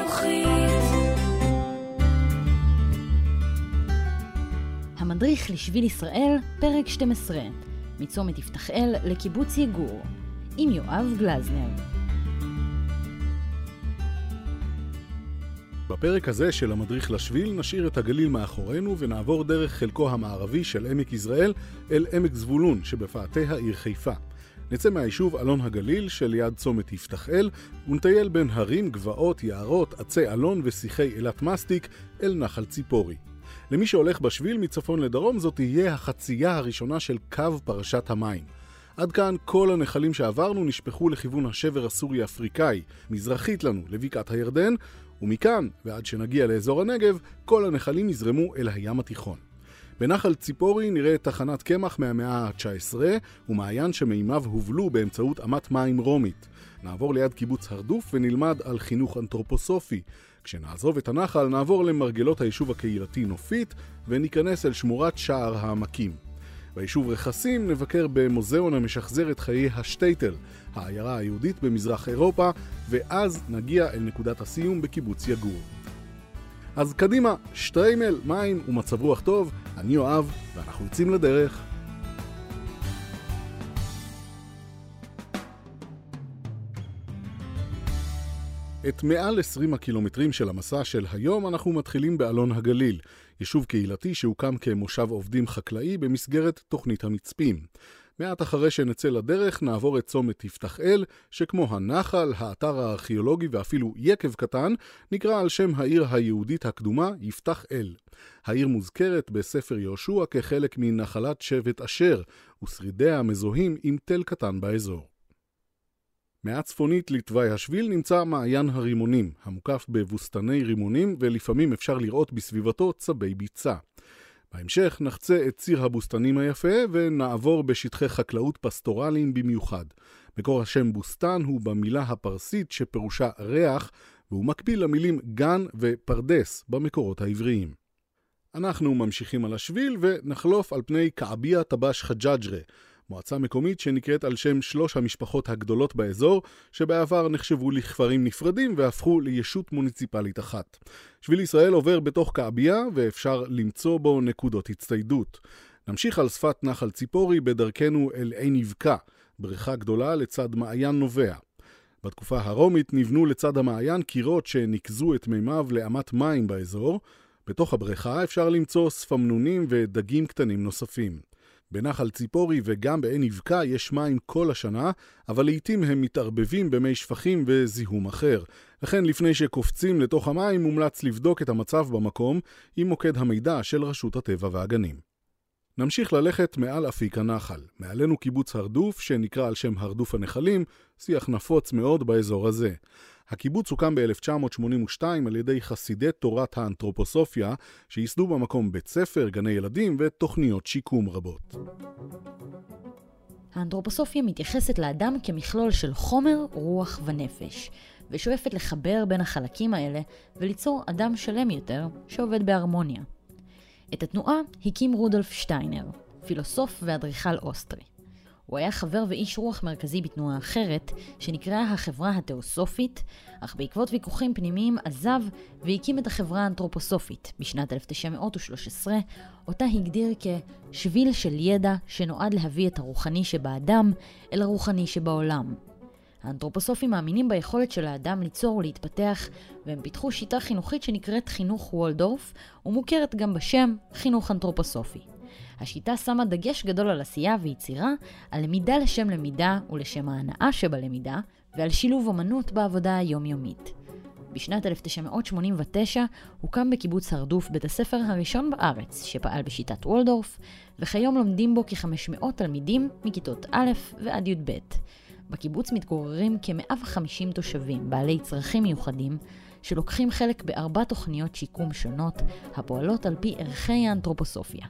חינוכית. המדריך לשביל ישראל, פרק 12, מצומת יפתחאל לקיבוץ יגור, עם יואב גלזנר. בפרק הזה של המדריך לשביל נשאיר את הגליל מאחורינו ונעבור דרך חלקו המערבי של עמק יזרעאל אל עמק זבולון שבפאתי העיר חיפה. נצא מהיישוב אלון הגליל שליד צומת יפתחאל ונטייל בין הרים, גבעות, יערות, עצי אלון ושיחי אילת מסטיק אל נחל ציפורי. למי שהולך בשביל מצפון לדרום זאת תהיה החצייה הראשונה של קו פרשת המים. עד כאן כל הנחלים שעברנו נשפכו לכיוון השבר הסורי-אפריקאי, מזרחית לנו לבקעת הירדן, ומכאן ועד שנגיע לאזור הנגב, כל הנחלים יזרמו אל הים התיכון. בנחל ציפורי נראה תחנת קמח מהמאה ה-19 ומעיין שמימיו הובלו באמצעות אמת מים רומית. נעבור ליד קיבוץ הרדוף ונלמד על חינוך אנתרופוסופי. כשנעזוב את הנחל נעבור למרגלות היישוב הקהילתי נופית וניכנס אל שמורת שער העמקים. ביישוב רכסים נבקר במוזיאון המשחזר את חיי השטייטל, העיירה היהודית במזרח אירופה, ואז נגיע אל נקודת הסיום בקיבוץ יגור. אז קדימה, שטריימל, מים ומצב רוח טוב, אני יואב ואנחנו יוצאים לדרך. את מעל 20 הקילומטרים של המסע של היום אנחנו מתחילים באלון הגליל, יישוב קהילתי שהוקם כמושב עובדים חקלאי במסגרת תוכנית המצפים. מעט אחרי שנצא לדרך נעבור את צומת יפתחאל, שכמו הנחל, האתר הארכיאולוגי ואפילו יקב קטן, נקרא על שם העיר היהודית הקדומה יפתחאל. העיר מוזכרת בספר יהושע כחלק מנחלת שבט אשר, ושרידיה מזוהים עם תל קטן באזור. מעט צפונית לתוואי השביל נמצא מעיין הרימונים, המוקף בבוסתני רימונים ולפעמים אפשר לראות בסביבתו צבי ביצה. בהמשך נחצה את ציר הבוסתנים היפה ונעבור בשטחי חקלאות פסטורליים במיוחד. מקור השם בוסתן הוא במילה הפרסית שפירושה ריח, והוא מקביל למילים גן ופרדס במקורות העבריים. אנחנו ממשיכים על השביל ונחלוף על פני קעביה טבש חג'ג'רה, מועצה מקומית שנקראת על שם 3 המשפחות הגדולות באזור, שבעבר נחשבו לכפרים נפרדים והפכו לישות מוניציפלית אחת. שביל ישראל עובר בתוך קעביה ואפשר למצוא בו נקודות הצטיידות. נמשיך על שפת נחל ציפורי בדרכנו אל עין יבקה, בריכה גדולה לצד מעיין נובע. בתקופה הרומית נבנו לצד המעיין קירות שנקזו את מימיו לאמת מים באזור. בתוך הבריכה אפשר למצוא ספמנונים ודגים קטנים נוספים. בנחל ציפורי וגם בעין יבקה יש מים כל השנה, אבל לעתים הם מתערבבים במי שפכים וזיהום אחר. לכן לפני שקופצים לתוך המים מומלץ לבדוק את המצב במקום עם מוקד המידע של רשות הטבע והגנים. נמשיך ללכת מעל אפיק הנחל. מעלינו קיבוץ הרדוף שנקרא על שם הרדוף הנחלים, שיח נפוץ מאוד באזור הזה. הקיבוץ הוקם ב-1982 על ידי חסידי תורת האנתרופוסופיה, שייסדו במקום בית ספר, גני ילדים ותוכניות שיקום רבות. האנתרופוסופיה מתייחסת לאדם כמכלול של חומר, רוח ונפש, ושואפת לחבר בין החלקים האלה וליצור אדם שלם יותר שעובד בהרמוניה. את התנועה הקים רודולף שטיינר, פילוסוף ואדריכל אוסטרי. הוא היה חבר ואיש רוח מרכזי בתנועה אחרת, שנקראה החברה התיאוסופית, אך בעקבות ויכוחים פנימיים עזב והקים את החברה האנתרופוסופית בשנת 1913, אותה הגדיר כשביל של ידע שנועד להביא את הרוחני שבאדם אל הרוחני שבעולם. האנתרופוסופים מאמינים ביכולת של האדם ליצור ולהתפתח, והם פיתחו שיטה חינוכית שנקראת חינוך וולדורף, ומוכרת גם בשם חינוך אנתרופוסופי. השיטה שמה דגש גדול על עשייה ויצירה, על למידה לשם למידה ולשם ההנאה שבלמידה, ועל שילוב אמנות בעבודה היומיומית. בשנת 1989 הוקם בקיבוץ הרדוף בית הספר הראשון בארץ שפעל בשיטת וולדורף, וכיום לומדים בו כ-500 תלמידים מכיתות א' ועד י"ב. בקיבוץ מתגוררים כ-150 תושבים בעלי צרכים מיוחדים, שלוקחים חלק ב4 תוכניות שיקום שונות, הפועלות על פי ערכי האנתרופוסופיה.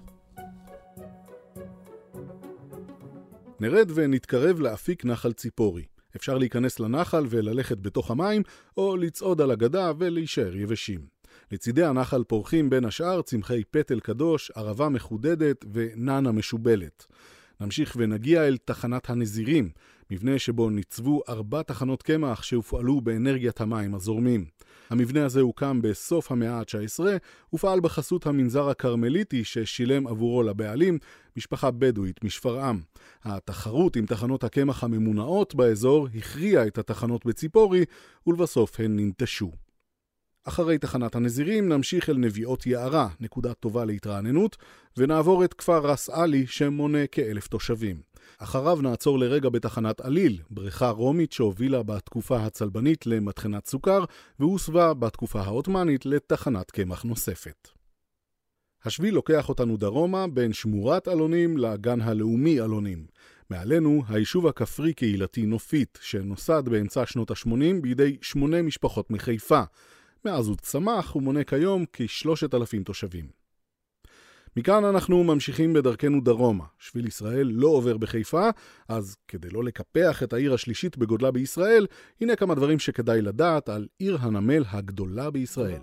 נרד ונתקרב לאפיק נחל ציפורי. אפשר להיכנס לנחל וללכת בתוך המים, או לצעוד על הגדה ולהישאר יבשים. לצידי הנחל פורחים בין השאר צמחי פטל קדוש, ערבה מחודדת וננה משובלת. נמשיך ונגיע אל תחנת הנזירים. מבנה שבו ניצבו 4 תחנות קמח שהופעלו באנרגיית המים הזורמים. המבנה הזה הוקם בסוף המאה ה-19, ופעל בחסות המנזר הקרמליטי ששילם עבורו לבעלים, משפחה בדואית משפרעם. התחרות עם תחנות הקמח הממונעות באזור הכריעה את התחנות בציפורי, ולבסוף הן ננטשו. אחרי תחנת הנזירים נמשיך אל נביעות יערה, נקודה טובה להתרעננות, ונעבור את כפר רס עלי שמונה כ1,000 תושבים. אחריו נעצור לרגע בתחנת עליל, בריכה רומית שהובילה בתקופה הצלבנית למטחנת סוכר, והוסבה בתקופה העות'מאנית לתחנת קמח נוספת. השביל לוקח אותנו דרומה בין שמורת אלונים לגן הלאומי אלונים. מעלינו היישוב הכפרי קהילתי נופית, שנוסד באמצע שנות ה-80 בידי 8 משפחות מחיפה. מאז הוא צמח ומונה כיום כ3,000 תושבים. מכאן אנחנו ממשיכים בדרכנו דרומה. שביל ישראל לא עובר בחיפה, אז כדי לא לקפח את העיר השלישית בגודלה בישראל, הנה כמה דברים שכדאי לדעת על עיר הנמל הגדולה בישראל.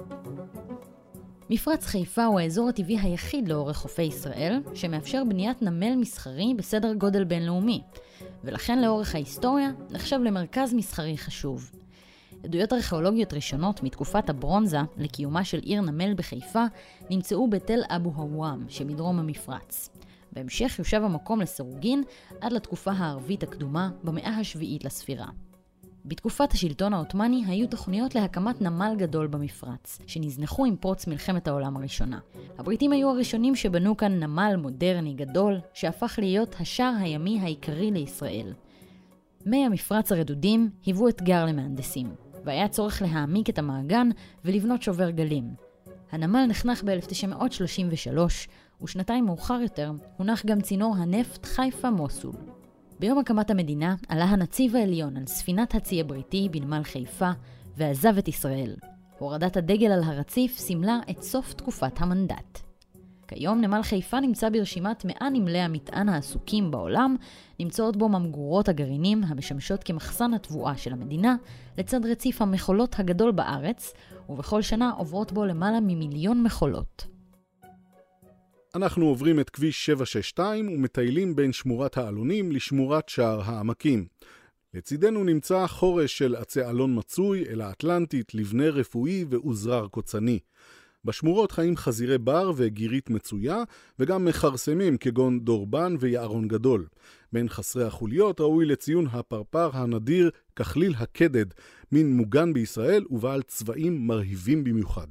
מפרץ חיפה הוא האזור הטבעי היחיד לאורך חופי ישראל, שמאפשר בניית נמל מסחרי בסדר גודל בינלאומי, ולכן לאורך ההיסטוריה נחשב למרכז מסחרי חשוב. עדויות ארכיאולוגיות ראשונות מתקופת הברונזה לקיומה של עיר נמל בחיפה נמצאו בתל אבו הוואם שבדרום המפרץ. בהמשך יושב המקום לסירוגין עד לתקופה הערבית הקדומה במאה השביעית לספירה. בתקופת השלטון העות'מאני היו תוכניות להקמת נמל גדול במפרץ, שנזנחו עם פרוץ מלחמת העולם הראשונה. הבריטים היו הראשונים שבנו כאן נמל מודרני גדול, שהפך להיות השער הימי העיקרי לישראל. מי המפרץ הרדודים היוו אתגר למהנדסים, והיה צורך להעמיק את המעגן ולבנות שובר גלים. הנמל נחנך ב-1933, ושנתיים מאוחר יותר הונח גם צינור הנפט חיפה מוסול. ביום הקמת המדינה עלה הנציב העליון על ספינת הצי הבריטי בנמל חיפה ועזב את ישראל. הורדת הדגל על הרציף סימלה את סוף תקופת המנדט. כיום נמל חיפה נמצא ברשימת 100 נמלי המטען העסוקים בעולם, נמצאות בו ממגורות הגרעינים המשמשות כמחסן התבואה של המדינה, לצד רציף המכולות הגדול בארץ, ובכל שנה עוברות בו למעלה מ1,000,000 מכולות. אנחנו עוברים את כביש 762 ומטיילים בין שמורת האלונים לשמורת שער העמקים. לצידנו נמצא חורש של עצי אלון מצוי, אל האטלנטית, לבנה רפואי ועוזרר קוצני. בשמורות חיים חזירי בר וגירית מצויה, וגם מחרסמים כגון דורבן ויערון גדול. בין חסרי החוליות ראוי לציון הפרפר הנדיר כחליל הקדד, מין מוגן בישראל ובעל צבעים מרהיבים במיוחד.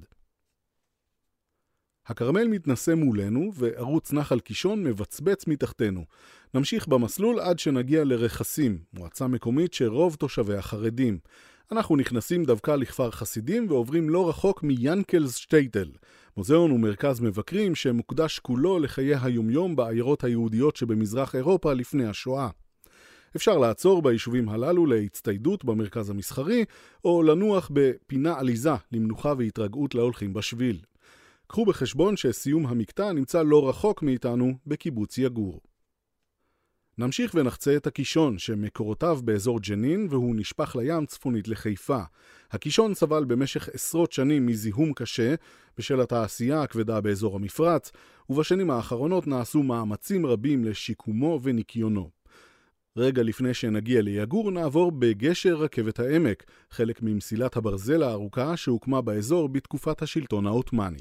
הכרמל מתנסה מולנו וערוץ נחל קישון מבצבץ מתחתנו. נמשיך במסלול עד שנגיע לרכסים, מועצה מקומית שרוב תושביה חרדים. אנחנו נכנסים דווקא לכפר חסידים ועוברים לא רחוק מיאנקלס שטייטל, מוזיאון ומרכז מבקרים שמוקדש כולו לחיי היומיום בעיירות היהודיות שבמזרח אירופה לפני השואה. אפשר לעצור ביישובים הללו להצטיידות במרכז המסחרי, או לנוח בפינה עליזה למנוחה והתרגעות להולכים בשביל. קחו בחשבון שסיום המקטע נמצא לא רחוק מאיתנו בקיבוץ יגור. נמשיך ונחצה את הקישון שמקורותיו באזור ג'נין והוא נשפך לים צפונית לחיפה. הקישון סבל במשך עשרות שנים מזיהום קשה בשל התעשייה הכבדה באזור המפרץ, ובשנים האחרונות נעשו מאמצים רבים לשיקומו וניקיונו. רגע לפני שנגיע ליגור נעבור בגשר רכבת העמק, חלק ממסילת הברזל הארוכה שהוקמה באזור בתקופת השלטון העות'מאני.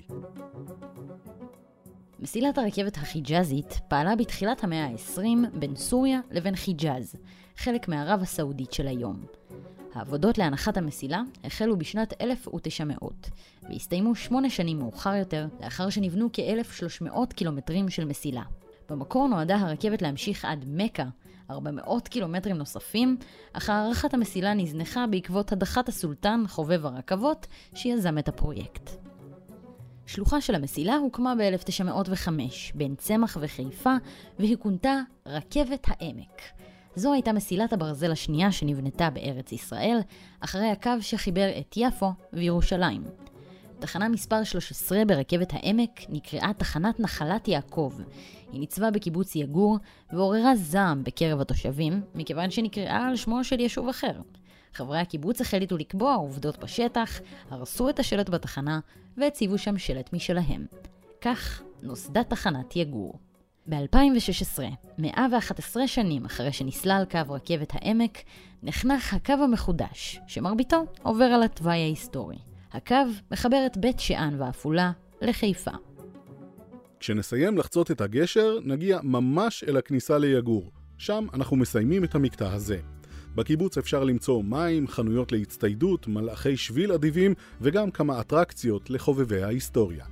מסילת הרכבת החיג'אזית פעלה בתחילת המאה ה-20 בין סוריה לבין חיג'אז, חלק מערב הסעודית של היום. העבודות להנחת המסילה החלו בשנת 1900, והסתיימו 8 שנים מאוחר יותר, לאחר שנבנו כ-1,300 קילומטרים של מסילה. במקור נועדה הרכבת להמשיך עד מקה, 400 קילומטרים נוספים, אך הערכת המסילה נזנחה בעקבות הדחת הסולטן חובב הרכבות שיזם את הפרויקט. שלוחה של המסילה הוקמה ב-1905 בין צמח וחיפה, והיא כונתה רכבת העמק. זו הייתה מסילת הברזל השנייה שנבנתה בארץ ישראל, אחרי הקו שחיבר את יפו וירושלים. תחנה מספר 13 ברכבת העמק נקראה תחנת נחלת יעקב. היא ניצבה בקיבוץ יגור ועוררה זעם בקרב התושבים, מכיוון שנקראה על שמו של יישוב אחר. חברי הקיבוץ החליטו לקבוע עובדות בשטח, הרסו את השלט בתחנה והציבו שם שלט משלהם. כך נוסדה תחנת יגור. ב-2016, 111 שנים אחרי שנסלל קו רכבת העמק, נחנך הקו המחודש, שמרביתו עובר על התוואי ההיסטורי. הקו מחבר את בית שאן ועפולה לחיפה. כשנסיים לחצות את הגשר, נגיע ממש אל הכניסה ליגור. שם אנחנו מסיימים את המקטע הזה. בקיבוץ אפשר למצוא מים, חנויות להצטיידות, מלאכי שביל אדיבים וגם כמה אטרקציות לחובבי ההיסטוריה.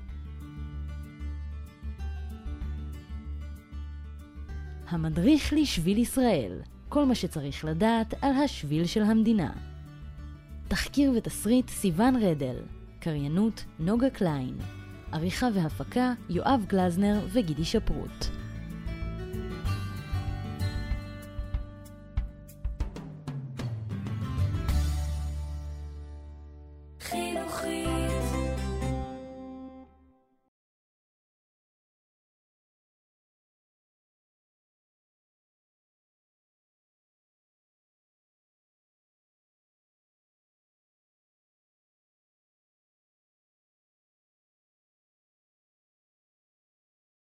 המדריך לשביל ישראל, כל מה שצריך לדעת על השביל של המדינה. תחקיר ותסריט סיוון רדל, קריינות נוגה קליין, עריכה והפקה יואב גלזנר וגידי שפרוט. חינוכי